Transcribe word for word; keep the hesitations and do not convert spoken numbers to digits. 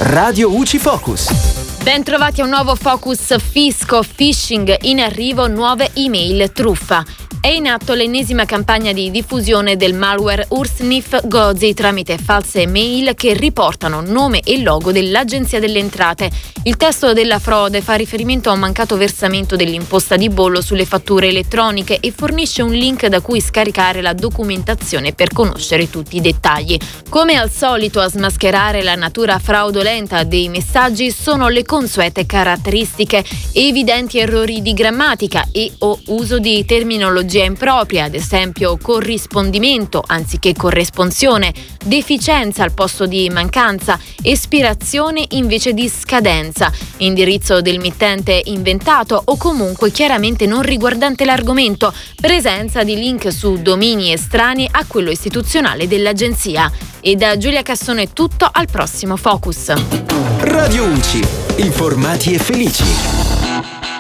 Radio U C I Focus. Ben trovati a un nuovo Focus Fisco, phishing, in arrivo nuove email truffa. È in atto l'ennesima campagna di diffusione del malware Ursnif Gozi tramite false mail che riportano nome e logo dell'Agenzia delle Entrate. Il testo della frode fa riferimento a un mancato versamento dell'imposta di bollo sulle fatture elettroniche e fornisce un link da cui scaricare la documentazione per conoscere tutti i dettagli. Come al solito, a smascherare la natura fraudolenta dei messaggi sono le consuete caratteristiche, evidenti errori di grammatica e o uso di terminologia impropria, ad esempio corrispondimento anziché corresponsione, deficienza al posto di mancanza, espirazione invece di scadenza, indirizzo del mittente inventato o comunque chiaramente non riguardante l'argomento, presenza di link su domini estranei a quello istituzionale dell'agenzia. E da Giulia Cassone è tutto, al prossimo Focus. Radio U C I, informati e felici.